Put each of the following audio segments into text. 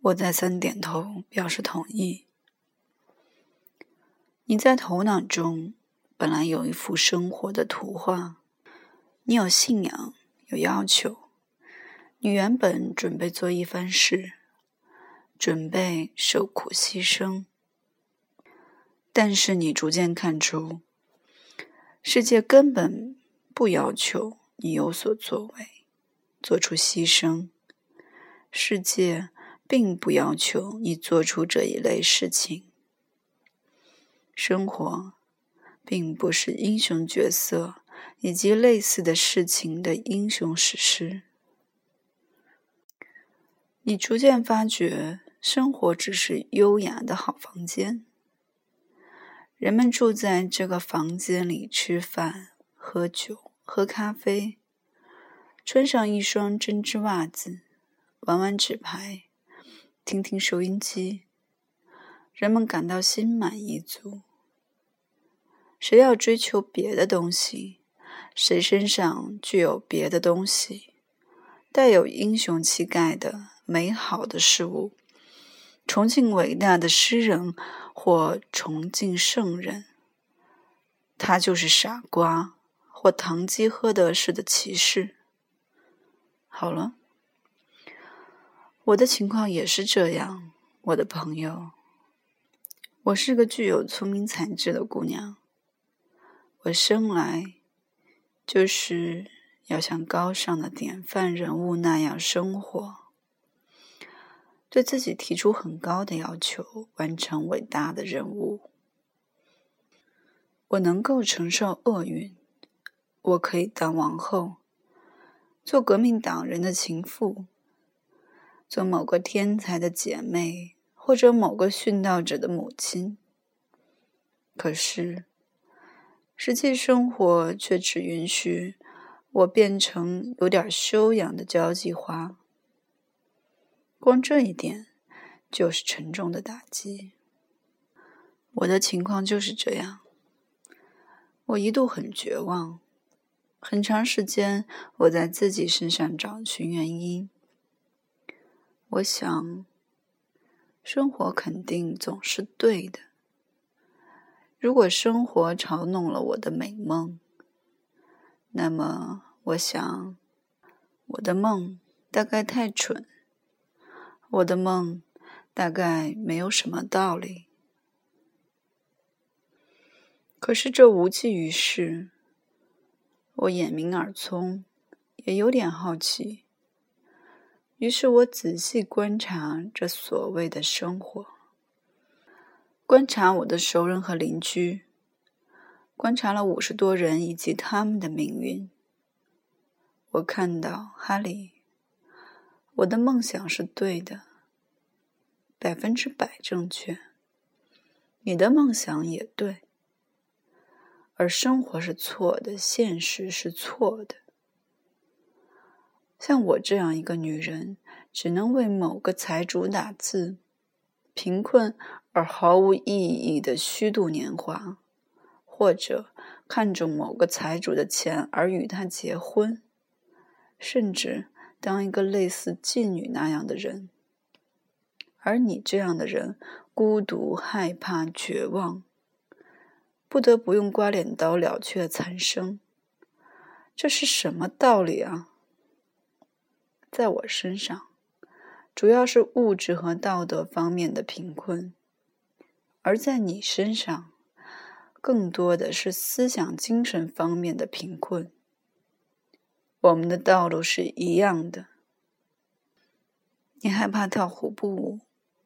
我再三点头表示同意。你在头脑中本来有一幅生活的图画，你有信仰，有要求，你原本准备做一番事，准备受苦牺牲。但是你逐渐看出，世界根本不要求你有所作为，做出牺牲。世界并不要求你做出这一类事情。生活并不是英雄角色以及类似的事情的英雄史诗。你逐渐发觉，生活只是优雅的好房间。人们住在这个房间里吃饭、喝酒、喝咖啡，穿上一双针织袜子，玩玩纸牌，听听收音机，人们感到心满意足。谁要追求别的东西，谁身上具有别的东西，带有英雄气概的美好的事物，崇敬伟大的诗人或崇敬圣人，他就是傻瓜或堂吉诃德式的骑士。好了，我的情况也是这样，我的朋友。我是个具有聪明才智的姑娘，我生来就是要像高尚的典范人物那样生活，对自己提出很高的要求，完成伟大的任务。我能够承受厄运，我可以当王后，做革命党人的情妇，做某个天才的姐妹，或者某个殉道者的母亲。可是实际生活却只允许我变成有点修养的交际花。光这一点就是沉重的打击。我的情况就是这样。我一度很绝望，很长时间我在自己身上找寻原因。我想，生活肯定总是对的。如果生活嘲弄了我的美梦，那么我想，我的梦大概太蠢，我的梦大概没有什么道理。可是这无济于事。我眼明耳聪，也有点好奇。于是我仔细观察这所谓的生活，观察我的熟人和邻居，观察了50多人以及他们的命运。我看到，哈利，我的梦想是对的，100%正确。你的梦想也对，而生活是错的，现实是错的。像我这样一个女人，只能为某个财主打字，贫困而毫无意义的虚度年华，或者看中某个财主的钱而与他结婚，甚至当一个类似妓女那样的人。而你这样的人，孤独、害怕、绝望，不得不用刮脸刀了却残生。这是什么道理啊？在我身上，主要是物质和道德方面的贫困，而在你身上，更多的是思想精神方面的贫困。我们的道路是一样的。你害怕跳虎步舞，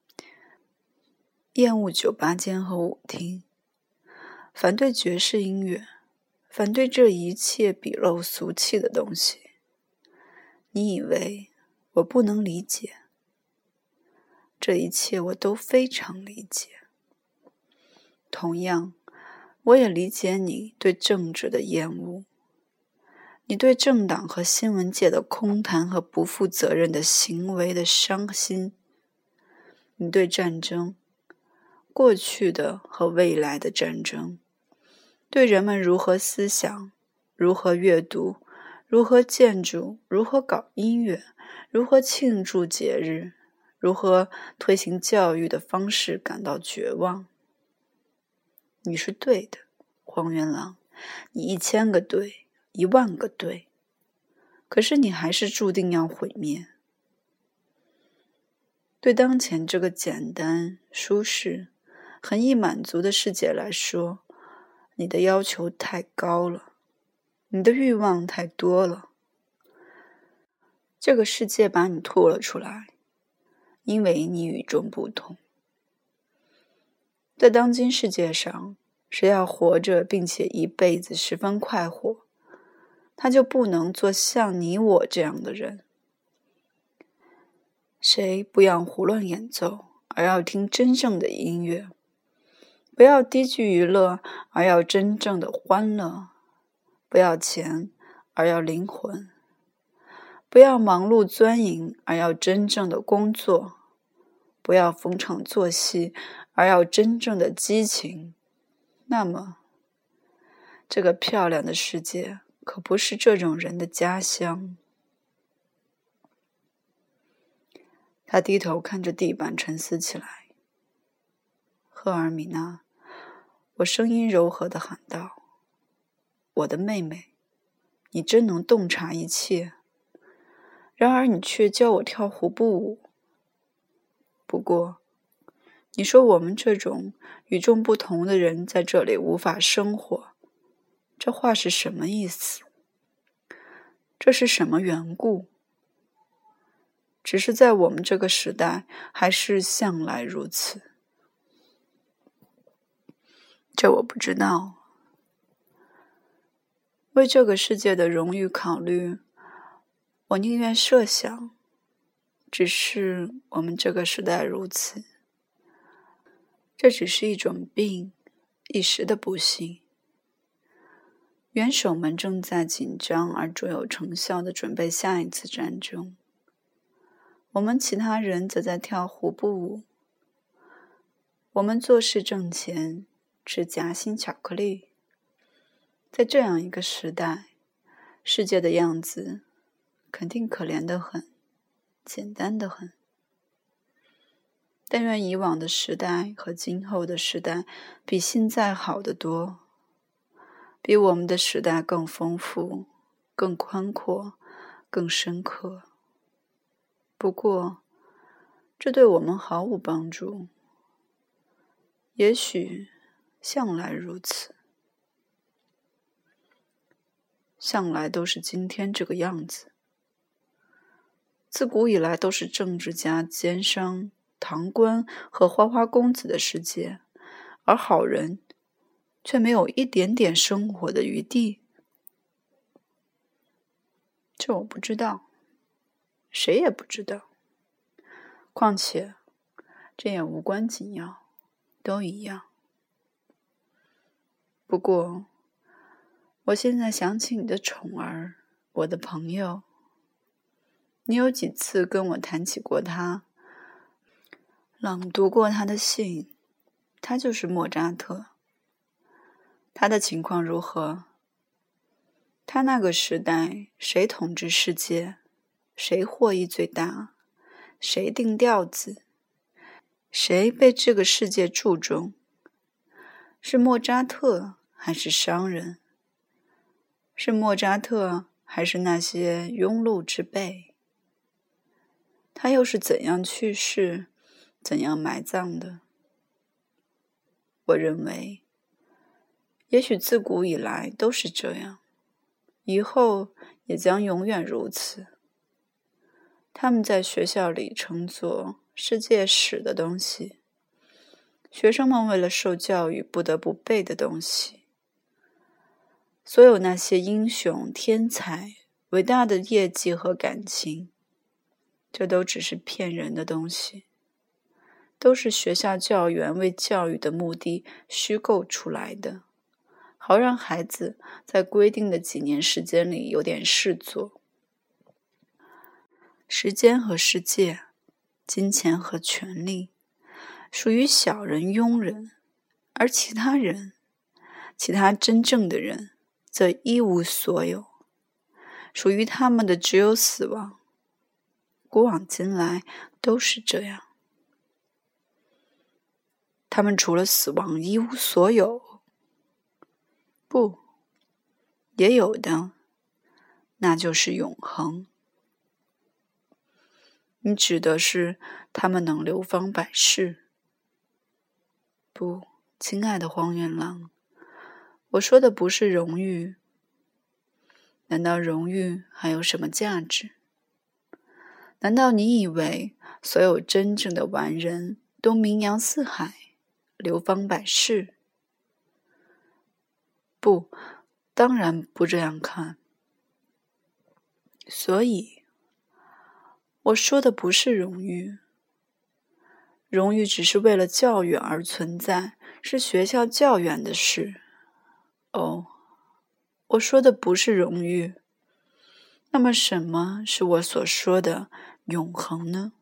厌恶酒吧间和舞厅，反对爵士音乐，反对这一切鄙陋俗气的东西。你以为我不能理解？这一切我都非常理解。同样，我也理解你对政治的厌恶，你对政党和新闻界的空谈和不负责任的行为的伤心，你对战争，过去的和未来的战争，对人们如何思想，如何阅读，如何建筑，如何搞音乐，如何庆祝节日， 如何推行教育的方式感到绝望。你是对的，荒原狼，你1000个对，10000个对，可是你还是注定要毁灭。对当前这个简单、舒适、很易满足的世界来说，你的要求太高了，你的欲望太多了。这个世界把你吐了出来，因为你与众不同。在当今世界上，谁要活着并且一辈子十分快活，他就不能做像你我这样的人。谁不要胡乱演奏，而要听真正的音乐，不要低居娱乐，而要真正的欢乐，不要钱，而要灵魂，不要忙碌钻营，而要真正的工作，不要逢场作戏，而要真正的激情，那么这个漂亮的世界可不是这种人的家乡。他低头看着地板，沉思起来。赫尔米娜，我声音柔和地喊道，我的妹妹，你真能洞察一切，然而你却教我跳胡步舞。不过，你说我们这种与众不同的人在这里无法生活，这话是什么意思？这是什么缘故？只是在我们这个时代，还是向来如此？这我不知道。为这个世界的荣誉考虑，我宁愿设想，只是我们这个时代如此。这只是一种病，一时的不幸。元首们正在紧张而卓有成效地准备下一次战争。我们其他人则在跳胡步舞。我们做事挣钱，吃夹心巧克力。在这样一个时代，世界的样子肯定可怜得很，简单得很。但愿以往的时代和今后的时代比现在好得多，比我们的时代更丰富、更宽阔、更深刻。不过，这对我们毫无帮助。也许向来如此，向来都是今天这个样子。自古以来都是政治家、奸商、堂官和花花公子的世界，而好人却没有一点点生活的余地。这我不知道，谁也不知道。况且，这也无关紧要，都一样。不过，我现在想起你的宠儿，我的朋友。你有几次跟我谈起过他，朗读过他的信，他就是莫扎特。他的情况如何？他那个时代，谁统治世界？谁获益最大？谁定调子？谁被这个世界注重？是莫扎特还是商人？是莫扎特还是那些庸碌之辈？他又是怎样去世，怎样埋葬的？我认为，也许自古以来都是这样，以后也将永远如此。他们在学校里称作世界史的东西，学生们为了受教育不得不背的东西。所有那些英雄、天才、伟大的业绩和感情，这都只是骗人的东西，都是学校教员为教育的目的虚构出来的，好让孩子在规定的几年时间里有点事做。时间和世界，金钱和权力，属于小人、庸人，而其他人，其他真正的人，则一无所有，属于他们的只有死亡。古往今来， 都是这样。他们除了死亡一无所有？不，也有的，那就是永恒。你指的是他们能流芳百世？不，亲爱的荒原狼，我说的不是荣誉。难道荣誉还有什么价值？难道你以为所有真正的完人都名扬四海，流芳百世？不，当然不这样看。所以，我说的不是荣誉。荣誉只是为了教育而存在，是学校教员的事。哦，我说的不是荣誉。那么什么是我所说的永恒呢？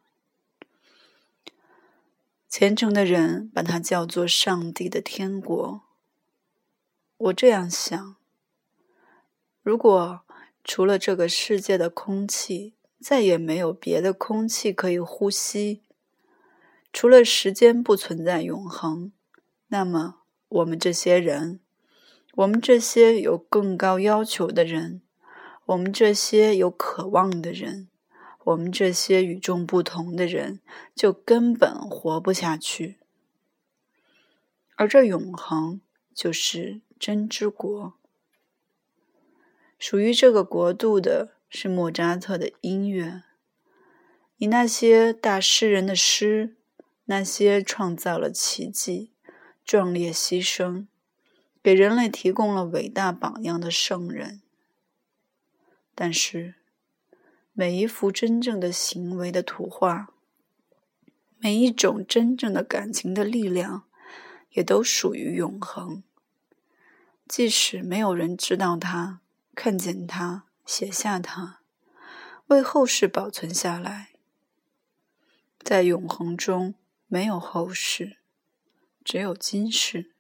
虔诚的人把它叫做上帝的天国。我这样想，如果除了这个世界的空气，再也没有别的空气可以呼吸，除了时间不存在永恒，那么我们这些人，我们这些有更高要求的人，我们这些有渴望的人，我们这些与众不同的人，就根本活不下去。而这永恒就是真之国。属于这个国度的是莫扎特的音乐，以那些大诗人的诗，那些创造了奇迹、壮烈牺牲，给人类提供了伟大榜样的圣人。但是，每一幅真正的行为的图画，每一种真正的感情的力量，也都属于永恒。即使没有人知道它、看见它、写下它，为后世保存下来。在永恒中没有后世，只有今世。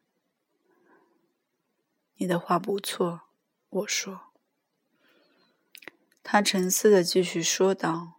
你的话不错，我说。他沉思地继续说道，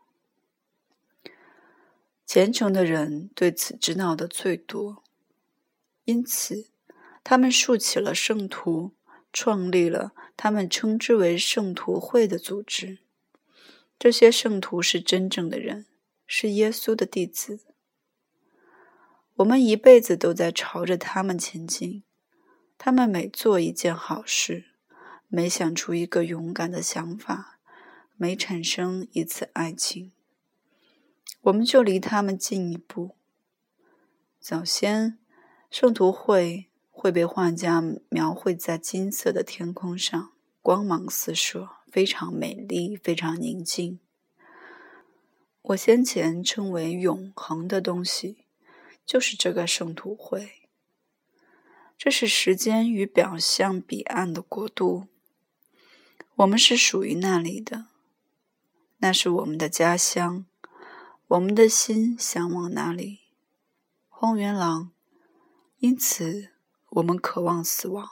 虔诚的人对此知道的最多，因此他们竖起了圣徒，创立了他们称之为圣徒会的组织。这些圣徒是真正的人，是耶稣的弟子。我们一辈子都在朝着他们前进。他们每做一件好事，每想出一个勇敢的想法，每产生一次爱情，我们就离他们近一步。早先，圣徒会被画家描绘在金色的天空上，光芒四射，非常美丽，非常宁静。我先前称为永恒的东西，就是这个圣徒会。这是时间与表象彼岸的国度，我们是属于那里的，那是我们的家乡，我们的心向往那里。荒原狼，因此我们渴望死亡。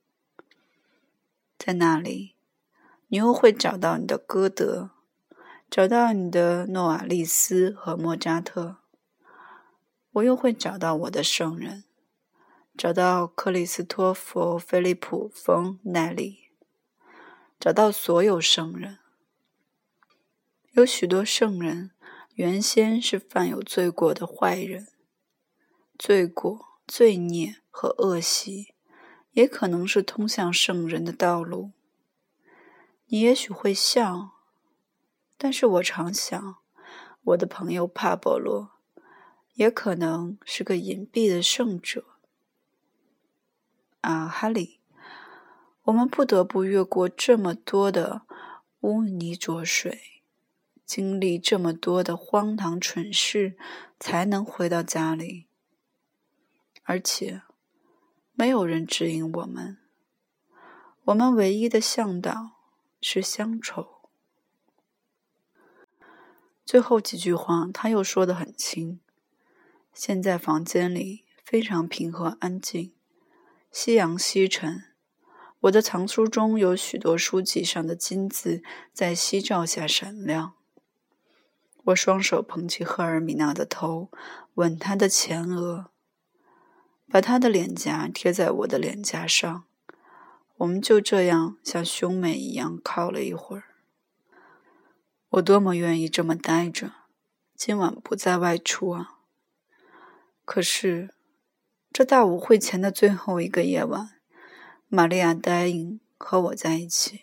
在那里，你又会找到你的歌德，找到你的诺瓦利斯和莫扎特，我又会找到我的圣人，找到克里斯托弗·菲利普·冯·奈里，找到所有圣人。有许多圣人原先是犯有罪过的坏人，罪过、罪孽和恶习也可能是通向圣人的道路。你也许会笑，但是我常想，我的朋友帕波罗也可能是个隐蔽的圣者。哈利，我们不得不越过这么多的污泥浊水，经历这么多的荒唐蠢事，才能回到家里。而且，没有人指引我们，我们唯一的向导是乡愁。最后几句话他又说得很轻。现在房间里非常平和安静，夕阳西沉，我的藏书中有许多书籍上的金字在夕照下闪亮。 我双手捧起赫尔米娜的头，吻她的前额，把她的脸颊贴在我的脸颊上。我们就这样像兄妹一样靠了一会儿。我多么愿意这么待着，今晚不再外出啊！可是，这大舞会前的最后一个夜晚，玛利亚答应和我在一起。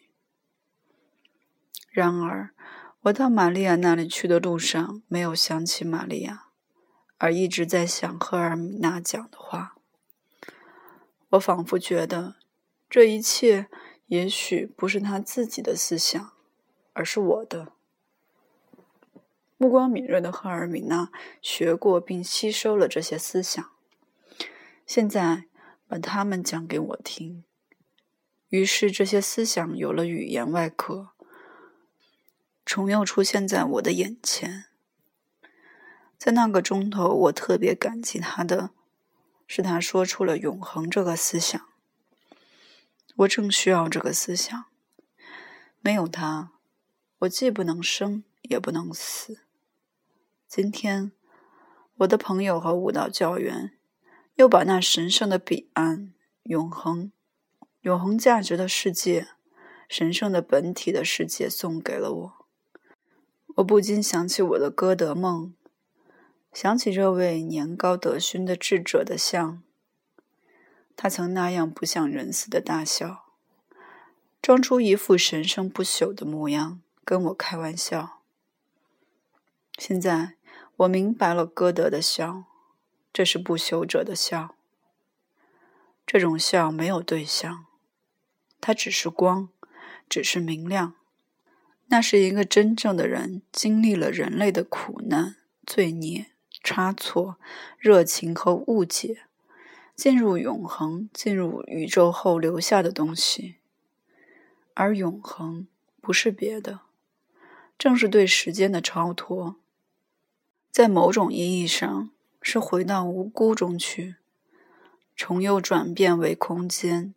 然而，我到玛利亚那里去的路上，没有想起玛利亚，而一直在想赫尔米娜讲的话。我仿佛觉得，这一切也许不是她自己的思想，而是我的。目光敏锐的赫尔米娜学过并吸收了这些思想，现在把它们讲给我听。于是这些思想有了语言外壳，重又出现在我的眼前。在那个钟头，我特别感激他的是他说出了永恒这个思想。我正需要这个思想，没有它，我既不能生也不能死。今天，我的朋友和舞蹈教员又把那神圣的彼岸、永恒价值的世界、神圣的本体的世界送给了我。我不禁想起我的歌德梦，想起这位年高德勋的智者的像，他曾那样不像人似的大笑，装出一副神圣不朽的模样，跟我开玩笑。现在我明白了歌德的笑，这是不朽者的笑。这种笑没有对象，它只是光，只是明亮。那是一个真正的人经历了人类的苦难、罪孽、差错、热情和误解，进入永恒，进入宇宙后留下的东西。而永恒不是别的，正是对时间的超脱，在某种意义上是回到无辜中去，重又转变为空间。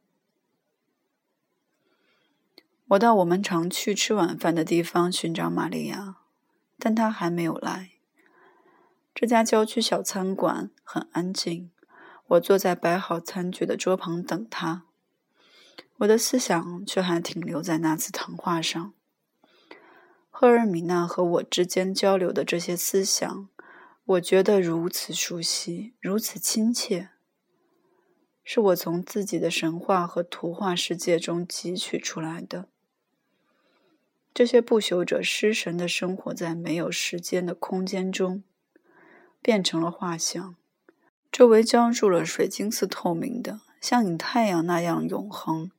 我到我们常去吃晚饭的地方寻找玛利亚，但她还没有来。这家郊区小餐馆很安静，我坐在摆好餐具的桌旁等她。我的思想却还停留在那次谈话上。赫尔米娜和我之间交流的这些思想，我觉得如此熟悉，如此亲切，是我从自己的神话和图画世界中汲取出来的。这些不朽者失神地生活在没有时间的空间中，变成了画像，周围浇筑了水晶似透明的，像你太阳那样永恒。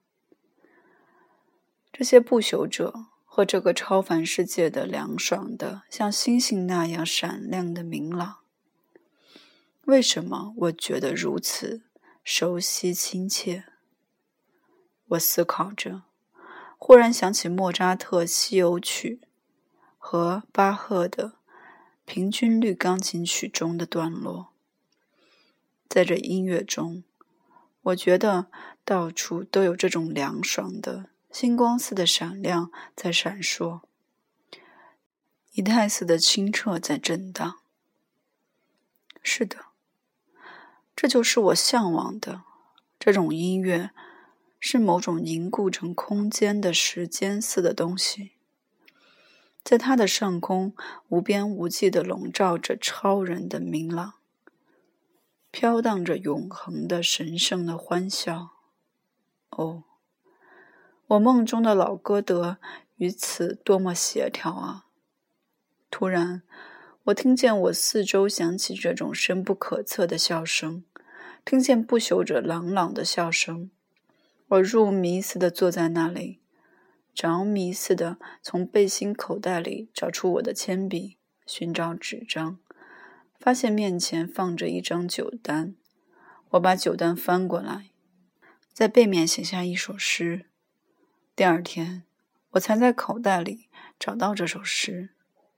这些不朽者和这个超凡世界的凉爽的，像星星那样闪亮的明朗。为什么我觉得如此熟悉亲切？我思考着，忽然想起莫扎特西游曲和巴赫的平均律钢琴曲中的段落。在这音乐中，我觉得到处都有这种凉爽的星光似的闪亮在闪烁，仪态似的清澈在震荡。是的，这就是我向往的。这种音乐是某种凝固成空间的时间似的东西，在它的上空无边无际地笼罩着超人的明朗，飘荡着永恒的神圣的欢笑。哦，我梦中的老歌德与此多么协调啊！突然，我听见我四周响起这种深不可测的笑声，听见不朽者朗朗的笑声。我入迷似的坐在那里，着迷似的从背心口袋里找出我的铅笔，寻找纸张，发现面前放着一张酒单。我把酒单翻过来，在背面写下一首诗。第二天，我才在口袋里找到这首诗。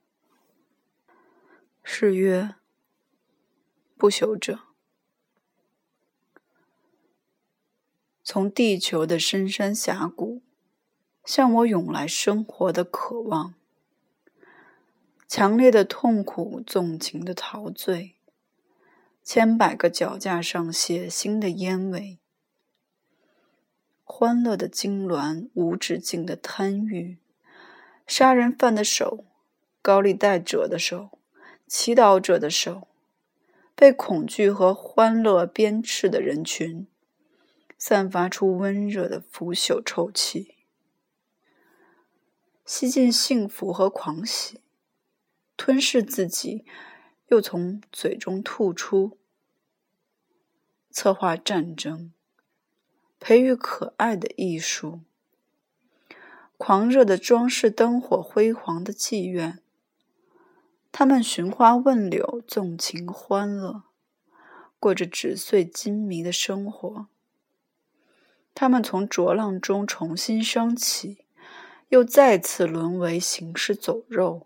诗曰：不朽者，从地球的深山峡谷向我涌来生活的渴望， 强烈的痛苦纵情的陶醉，千百个脚架上血腥的烟味，欢乐的痉挛，无止境的贪欲，杀人犯的手，高利贷者的手，祈祷者的手，被恐惧和欢乐鞭笞的人群，散发出温热的腐朽臭气，吸进幸福和狂喜，吞噬自己，又从嘴中吐出，策划战争，培育可爱的艺术，狂热的装饰灯火辉煌的妓院，他们寻花问柳，纵情欢乐，过着纸碎金迷的生活。他们从浊浪中重新升起，又再次沦为行尸走肉。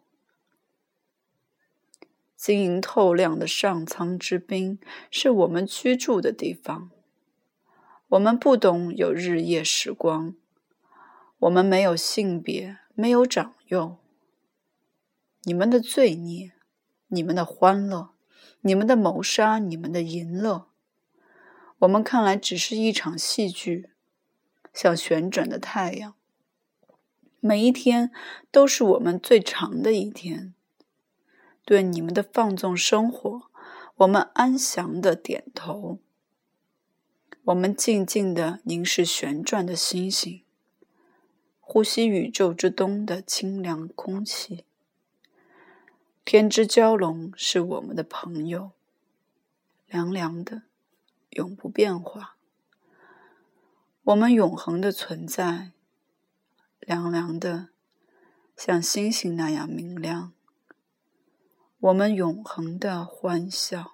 晶莹透亮的上苍之滨是我们居住的地方。我们不懂有日夜时光，我们没有性别，没有长幼。你们的罪孽，你们的欢乐，你们的谋杀，你们的淫乐，我们看来只是一场戏剧，像旋转的太阳。每一天都是我们最长的一天。对你们的放纵生活，我们安详地点头。我们静静地凝视旋转的星星，呼吸宇宙之东的清凉空气。天之蛟龙是我们的朋友，凉凉的，永不变化。我们永恒的存在，凉凉的，像星星那样明亮。我们永恒的欢笑。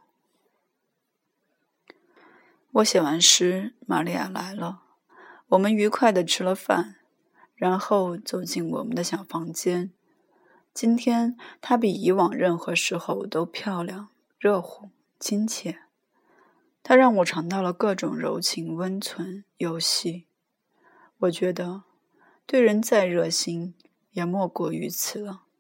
我写完诗，玛利亚来了，我们愉快地吃了饭，然后走进我们的小房间。今天她比以往任何时候都漂亮、热乎、亲切。她让我尝到了各种柔情温存、游戏。我觉得，对人再热心，也莫过于此了。